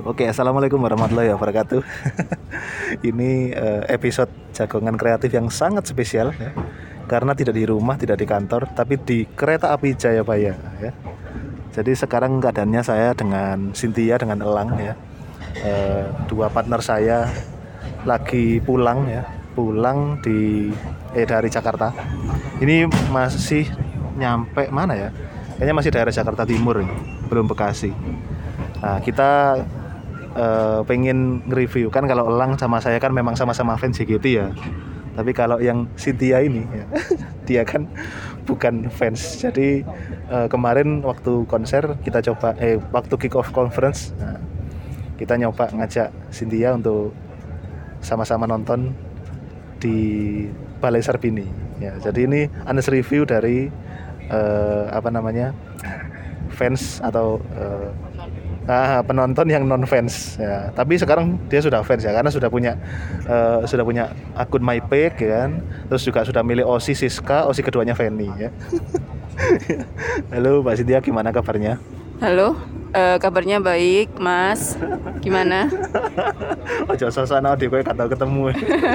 Oke, assalamualaikum warahmatullahi wabarakatuh. Ini episode Jagongan Kreatif yang sangat spesial ya. Karena tidak di rumah, tidak di kantor, tapi di kereta api Jayabaya ya. Jadi sekarang keadaannya saya dengan Cynthia, dengan Elang ya. Dua partner saya lagi pulang ya. Pulang dari Jakarta. Ini masih nyampe mana ya? Kayaknya masih daerah Jakarta Timur ini, belum Bekasi. Nah, kita pengen nge-review kan, kalau Elang sama saya kan memang sama-sama fans JKT ya. Tapi kalau yang Cynthia ini ya, dia kan bukan fans. Jadi kemarin waktu konser kita coba waktu kick off conference, nah, kita nyoba ngajak Cynthia untuk sama-sama nonton di Balai Sarbini ya. Jadi ini honest review dari fans atau penonton yang non fans ya. Tapi sekarang dia sudah fans ya, karena sudah punya akun MyPage ya kan. Terus juga sudah milih Osi Siska, Osi keduanya Fanny ya. Halo Mbak Cynthia, gimana kabarnya? Halo, kabarnya baik, Mas. Gimana? Ojo sosana di kowe kata ketemu.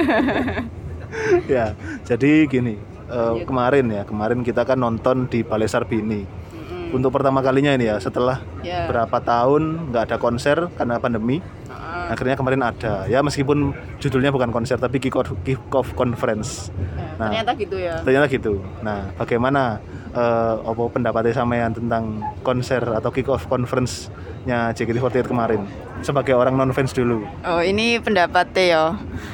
Ya, jadi gini, kemarin kita kan nonton di Balai Sarbini. Untuk pertama kalinya ini ya, setelah berapa tahun nggak ada konser karena pandemi. Akhirnya kemarin ada. Ya meskipun judulnya bukan konser tapi kick off conference. Nah, ternyata gitu ya. Ternyata gitu. Nah, bagaimana pendapatnya sampean tentang konser atau kick off conference-nya JKT48 kemarin sebagai orang non fans dulu? Oh, ini pendapatnya ya.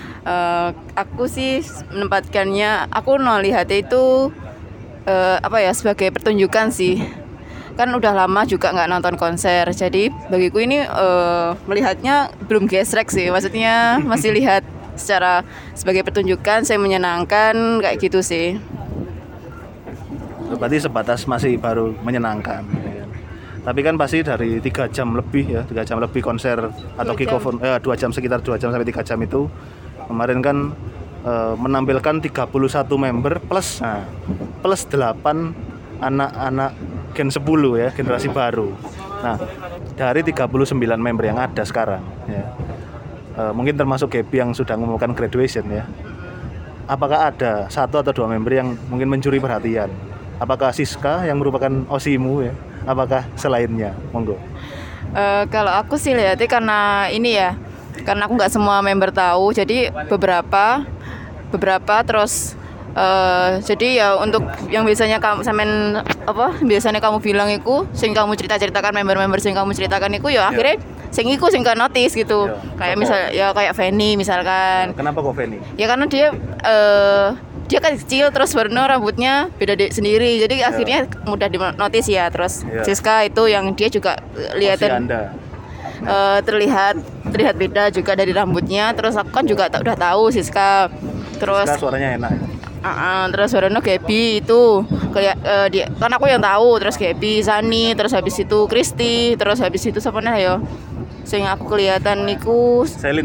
Aku sih menempatkannya, aku lihatnya itu sebagai pertunjukan sih. Kan udah lama juga nggak nonton konser, jadi bagiku ini melihatnya belum gesrek sih, maksudnya masih lihat sebagai pertunjukan, saya menyenangkan kayak gitu sih. Berarti sebatas masih baru menyenangkan ya. Tapi kan pasti dari 3 jam lebih konser atau kick off 2 jam, sekitar 2 jam sampai 3 jam itu kemarin kan menampilkan 31 member plus 8 anak-anak Gen 10 ya, generasi baru. Nah, dari 39 member yang ada sekarang ya, mungkin termasuk Gaby yang sudah mengumumkan graduation ya. Apakah ada 1 atau 2 member yang mungkin mencuri perhatian? Apakah Siska yang merupakan osimu ya? Apakah selainnya? Monggo. Kalau aku sih lihatnya karena ini ya, karena aku nggak semua member tahu, jadi beberapa terus jadi ya untuk yang biasanya kamu bilang iku sing kamu ceritakan member-member sing kamu ceritakan iku ya akhirnya sing gak notice gitu. Kayak misal ya kayak Fanny misalkan. Kenapa kok Fanny? Ya karena dia kan kecil, terus warna rambutnya beda sendiri, jadi akhirnya mudah di-notice ya. Terus Siska itu yang dia juga kelihatan terlihat beda juga dari rambutnya. Terus aku kan juga udah tahu Siska. Terus Siska suaranya enak. Terus warna Gaby itu dia kan aku yang tahu. Terus Gaby, Sani, terus habis itu Kristi, terus habis itu siapa nih ya? Sing aku kelihatan niku Selin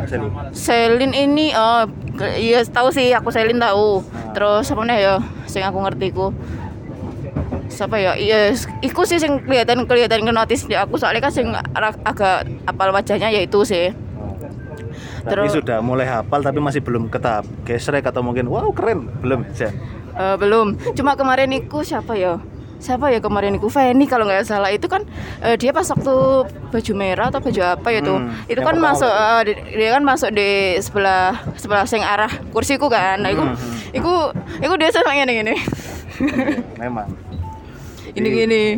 ini iya tahu sih, aku Selin tahu. Terus apa nih ya sing aku ngerti ku siapa ya? Iya, iku sih sing kelihatan ke notice di aku, soalnya kan sing agak apal wajahnya ya itu sih. Tapi sudah mulai hafal tapi masih belum ke tahap gesrek atau mungkin wow keren belum ya? Belum. Cuma kemarin iku siapa ya kemarin iku Fanny kalau nggak salah, itu kan dia pas waktu baju merah atau baju apa ya tuh, itu kan masuk dia kan masuk di sebelah sing arah kursiku kan. Nah iku dia sama gini. Memang ini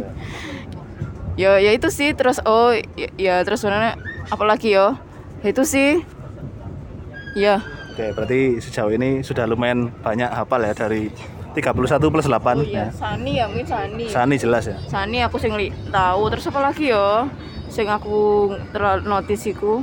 ya itu sih. Terus terus sebenarnya apalagi ya itu sih ya. Oke, berarti sejauh ini sudah lumayan banyak hafal ya, dari 31 plus 8 ya. Sani ya, mungkin Sani jelas ya. Sani aku sing tahu. Terus apa lagi ya sing aku terlalu notice iku,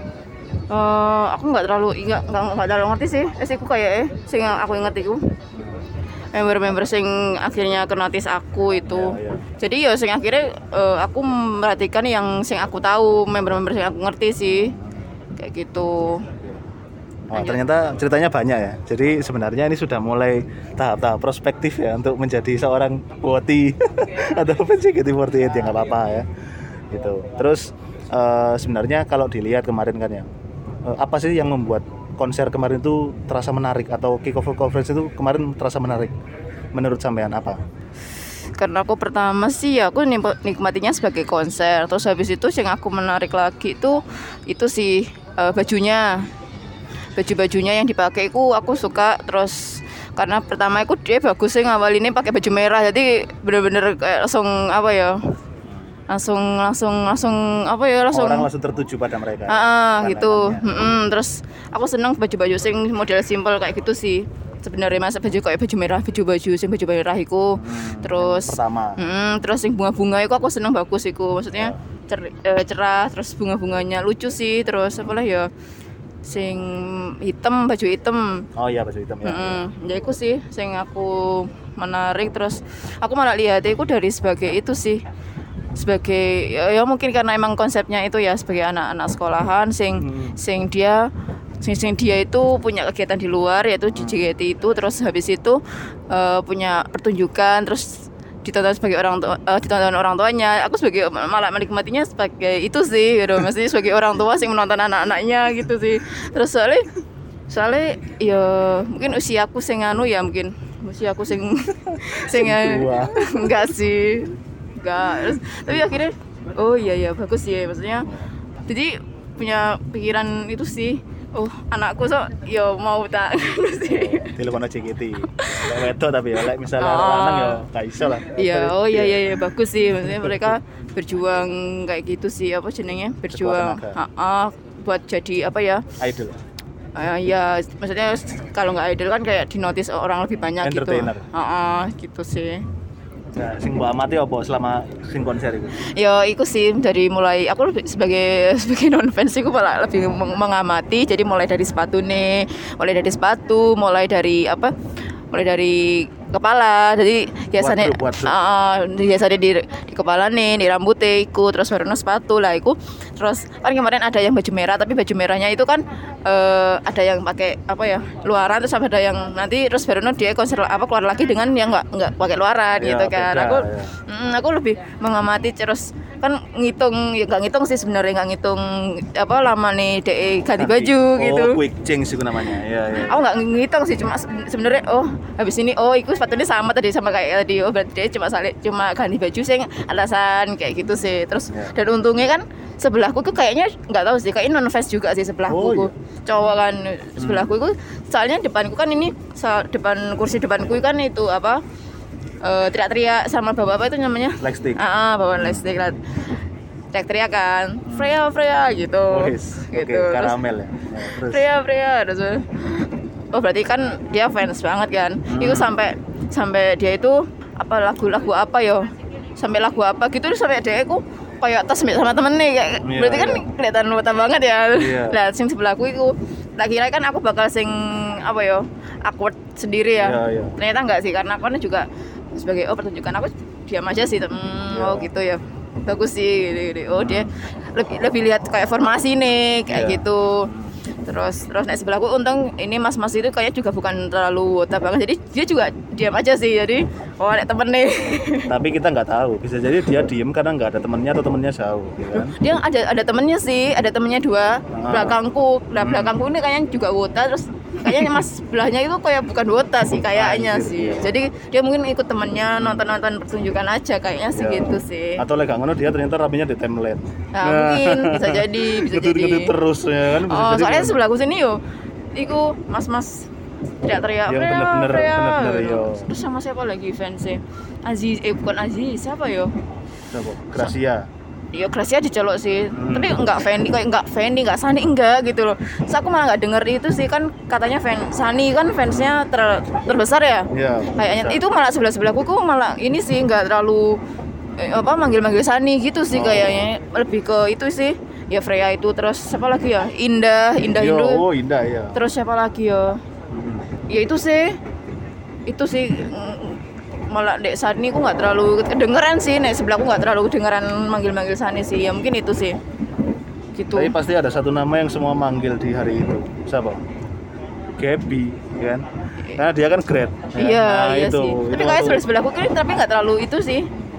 aku nggak terlalu ngerti sih. Iku kayak sing aku inget iku member sing akhirnya ke notice aku itu. Jadi ya sing akhirnya aku merhatikan yang sing aku tahu, member sing aku ngerti sih kayak gitu. Ternyata ceritanya banyak ya. Jadi sebenarnya ini sudah mulai tahap-tahap prospektif ya untuk menjadi seorang woti atau fans JKT48 ya, nggak apa-apa ya. Gitu. Terus sebenarnya kalau dilihat kemarin kan ya, apa sih yang membuat konser kemarin itu terasa menarik atau kick off conference itu kemarin terasa menarik menurut sampean apa? Karena aku pertama sih ya aku nikmatinya sebagai konser. Terus habis itu yang aku menarik lagi itu sih bajunya. Baju-bajunya yang dipakai aku suka. Terus karena pertama dia bagus sih ngawal ini pakai baju merah. Jadi bener-bener kayak langsung apa ya? Langsung apa ya? Orang langsung tertuju pada mereka. Gitu. Terus aku seneng baju-baju sing model simple kayak gitu sih. Sebenarnya masa baju kayak baju merah iku. Terus pertama. Terus sing bunga-bunga iku aku seneng bagus iku. Maksudnya cerah, terus bunga-bunganya lucu sih. Terus apalah ya sing baju hitam. Oh iya, baju hitam ya. Ya iku sih sing aku menarik. Terus aku malah lihat iku dari sebagai itu sih. Sebagai ya mungkin karena emang konsepnya itu ya sebagai anak-anak sekolahan sing dia itu punya kegiatan di luar yaitu di JKT itu, terus habis itu punya pertunjukan, terus ditonton sebagai ditonton orang tuanya. Aku sebagai malah menikmatinya sebagai itu sih gitu. Maksudnya sebagai orang tua sing menonton anak-anaknya gitu sih. Terus soalnya ya mungkin usiaku sing mungkin usiaku sing enggak sih. Enggak. Terus, tapi akhirnya oh iya bagus sih maksudnya. Jadi punya pikiran itu sih. Oh, anakku yo mau tak sih. Telepon JKT. Wedok tapi ya misalnya lanang ya gak iso lah. Iya, bagus sih. Maksudnya mereka berjuang kayak gitu sih, apa jenenge? Berjuang buat jadi apa ya? Idol. Ya, maksudnya kalau nggak idol kan kayak dinotis orang lebih banyak entertainer. Gitu. Gitu sih. Nah, sing mbok amati apa selama sing konser itu? Ya, iku sih dari mulai aku lebih sebagai non fans iku malah lebih mengamati. Jadi mulai dari sepatu, mulai dari kepala. Jadi biasanya biasanya di kepala nih, di rambutnya iku, terus baru sepatu lah iku. Terus kan kemarin ada yang baju merah, tapi baju merahnya itu kan ada yang pakai apa ya luaran, terus ada yang nanti terus baru dia konser keluar lagi dengan yang nggak pakai luaran ya, gitu kan. Beda, aku lebih mengamati terus kan nggak ngitung sih sebenarnya, nggak ngitung apa lama nih DE ganti baju gitu. Quick change itu namanya. Ya. Aku nggak ngitung sih, cuma sebenarnya habis ini ikut sepatunya sama kayak tadi. Berarti dia cuma ganti baju sih alasan kayak gitu sih. Terus dan untungnya kan sebelahku tuh kayaknya nggak tahu sih, kayaknya non fest juga sih sebelahku. Cowok kan sebelahku itu soalnya depanku kan ini kursi depanku kan itu apa teriak-teriak sama bapak-bapak itu namanya lightstick. Bawa lightstick lah. Teriak-teriak kan, Freya gitu. Gitu. Karamel ya. Terus Freya terus. Berarti kan dia fans banget kan. Itu sampai dia itu apa lagu apa yo. Sampai lagu apa gitu sampai dia aku kayak tas sama temen nih kayak. Berarti kan kelihatan luar banget ya. Lah sing sebelahku itu tak kira kan aku bakal sing apa yo awkward sendiri ya. Ternyata enggak sih, karena aku juga sebagai pertunjukan aku diam aja sih. Gitu ya. Bagus sih gitu. Dia lebih lihat kayak formasi nih kayak gitu. Terus naik sebelahku untung ini mas-mas itu kayaknya juga bukan terlalu wota banget, jadi dia juga diam aja sih. Jadi ada temen nih. Tapi kita nggak tahu, bisa jadi dia diem karena nggak ada temennya atau temennya jauh gitu kan. Dia ada temennya sih, ada temennya 2 belakangku. Nah belakangku ini kayaknya juga wota, terus kayaknya mas sebelahnya itu kayak bukan wota sih kayaknya sih. Jadi dia mungkin ikut temennya nonton pertunjukan aja kayaknya sih gitu sih. Atau lagi ngono dia ternyata rambutnya di template. Nah, mungkin bisa jadi. Ngetut terus ya kan. Soalnya sebelahku sini iku mas-mas teriak-teriak bener-bener yo. Terus sama siapa lagi fansnya? Bukan Aziz, siapa yo? Siapa? Gracia. Iya, Gracia dicolok sih. Tapi enggak Fendi, enggak Sani enggak gitu loh. Terus aku malah enggak denger itu sih, kan katanya Sani kan fansnya terbesar ya. Iya. Kayaknya itu malah sebelahku malah ini sih enggak terlalu manggil Sani gitu sih kayaknya. Lebih ke itu sih. Ya Freya itu, terus siapa lagi ya? Indah itu. Oh, Indah ya. Terus siapa lagi ya? Ya itu sih malah Dek Sani ku nggak terlalu kedengeran sih. Nek sebelahku nggak terlalu kedengeran manggil Sani sih. Ya mungkin itu sih. Gitu. Tapi pasti ada satu nama yang semua manggil di hari itu. Siapa? Gaby, kan? Karena dia kan grade. Iya itu. sih. Tapi kayak sebelahku tapi nggak terlalu itu sih.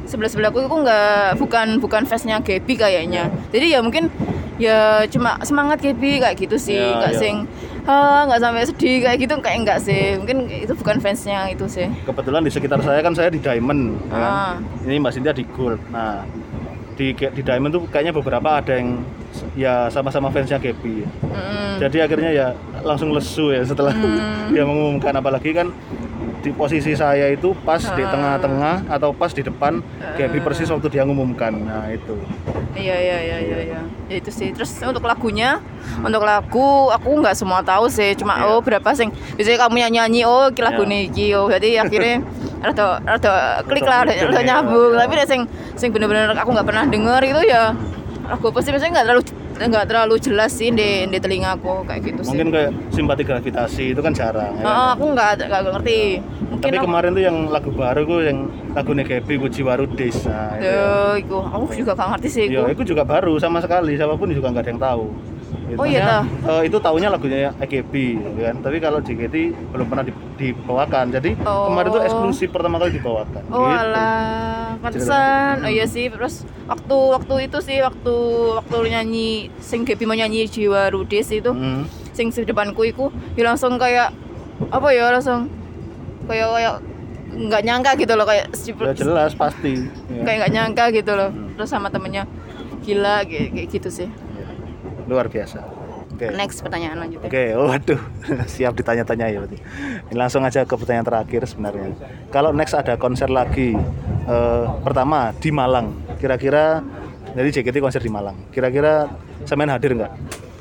sebelah-sebelahku itu bukan fansnya Gaby kayaknya. Jadi ya mungkin ya cuma semangat Gaby kayak gitu sih, Ya, nggak ya. sing nggak sampai sedih kayak gitu, kayak enggak sih. Mungkin itu bukan fansnya itu sih. Kebetulan di sekitar saya kan saya di Diamond, ya kan? Ah. Ini Mbak Cynthia di Gold. Nah, di Diamond tuh kayaknya beberapa ada yang ya sama-sama fansnya Gaby. Jadi akhirnya ya langsung lesu ya setelah dia mengumumkan, apalagi kan di posisi saya itu pas di tengah-tengah atau pas di depan Gaby persis waktu dia ngumumkan. Nah, itu. Iya. Ya itu sih. Terus untuk lagunya, untuk lagu aku nggak semua tahu sih. Cuma berapa sing biasanya kamu nyanyi iki lagu niki Jadi akhirnya rada klik lah, rada nyambung. Tapi ada sing bener-bener aku nggak pernah denger itu ya lagu apa sih, biasanya nggak terlalu jelas sih di telingaku kayak gitu sih. Mungkin kayak simpati gravitasi itu kan jarang ya. Aku nggak ngerti. Mungkin Tapi kemarin tuh yang lagu baru gue yang lagu Gaby Jiwaru Des. Nah, itu. Aku juga nggak ngerti sih Iya, itu juga baru sama sekali, siapapun juga nggak ada yang tahu. Oh iya Itu taunya lagunya Gaby, kan. Tapi kalau JKT belum pernah dibawakan. Jadi kemarin tuh eksklusif pertama kali dibawakan. Oh gitu. alah, pantesan. Oh iya sih, terus waktu itu sih waktu nyanyi sing Gaby mau nyanyi Jiwa Rudis itu, sing di depanku itu ya langsung kayak apa ya, langsung kayak nggak nyangka gitu loh, kayak Ya jelas pasti. Ya. Kayak nggak nyangka gitu loh. Terus sama temennya gila kayak gitu sih. Luar biasa. Oke. Next pertanyaan lanjutnya. Oke, waduh, siap ditanya-tanya ya berarti. Ini langsung aja ke pertanyaan terakhir sebenarnya. Kalau next ada konser lagi, pertama di Malang, kira-kira jadi JKT konser di Malang, kira-kira sampean hadir nggak?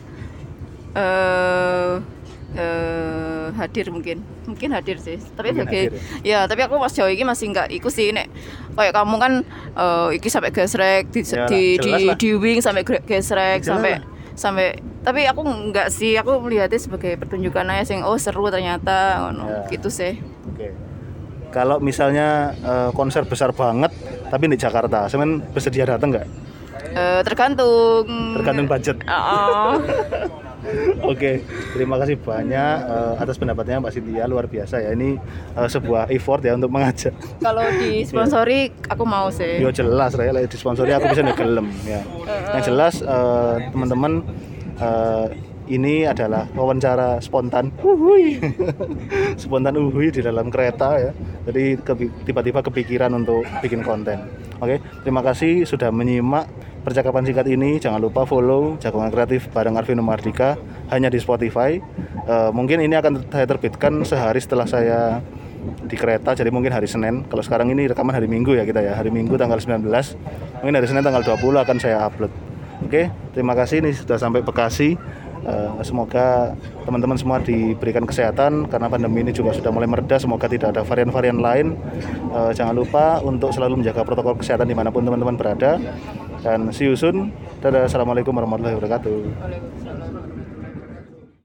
Hadir mungkin hadir sih, tapi Mungkin sebagai hadir, ya tapi aku pas jauh ini masih nggak ikut sih, nek kayak kamu kan iki sampai gesrek di wing sampai gesrek sampai tapi aku nggak sih, aku melihatnya sebagai pertunjukan aja sing seru ternyata gitu sih. Oke. Kalau misalnya konser besar banget tapi di Jakarta, sampean bersedia datang nggak? Tergantung budget. Oke, terima kasih banyak atas pendapatnya Mbak Cynthia, luar biasa ya. Ini sebuah effort ya untuk mengajak. Kalau disponsori aku mau sih. Yo jelas ya, di disponsori aku bisa gelem ya. Yang jelas teman-teman, ini adalah wawancara spontan. Spontan di dalam kereta ya. Jadi tiba-tiba kepikiran untuk bikin konten. Oke, terima kasih sudah menyimak percakapan singkat ini. Jangan lupa follow Jagongan Kreatif bareng Arvino Mardika hanya di Spotify. Mungkin ini akan saya terbitkan sehari setelah saya di kereta, jadi mungkin hari Senin. Kalau sekarang ini rekaman hari Minggu ya kita ya, hari Minggu tanggal 19. Mungkin hari Senin tanggal 20 akan saya upload. Oke, terima kasih, ini sudah sampai Bekasi. Semoga teman-teman semua diberikan kesehatan karena pandemi ini juga sudah mulai mereda. Semoga tidak ada varian-varian lain. Jangan lupa untuk selalu menjaga protokol kesehatan dimanapun teman-teman berada. Dan see you soon. Dadah, assalamualaikum warahmatullahi wabarakatuh. Waalaikumsalam.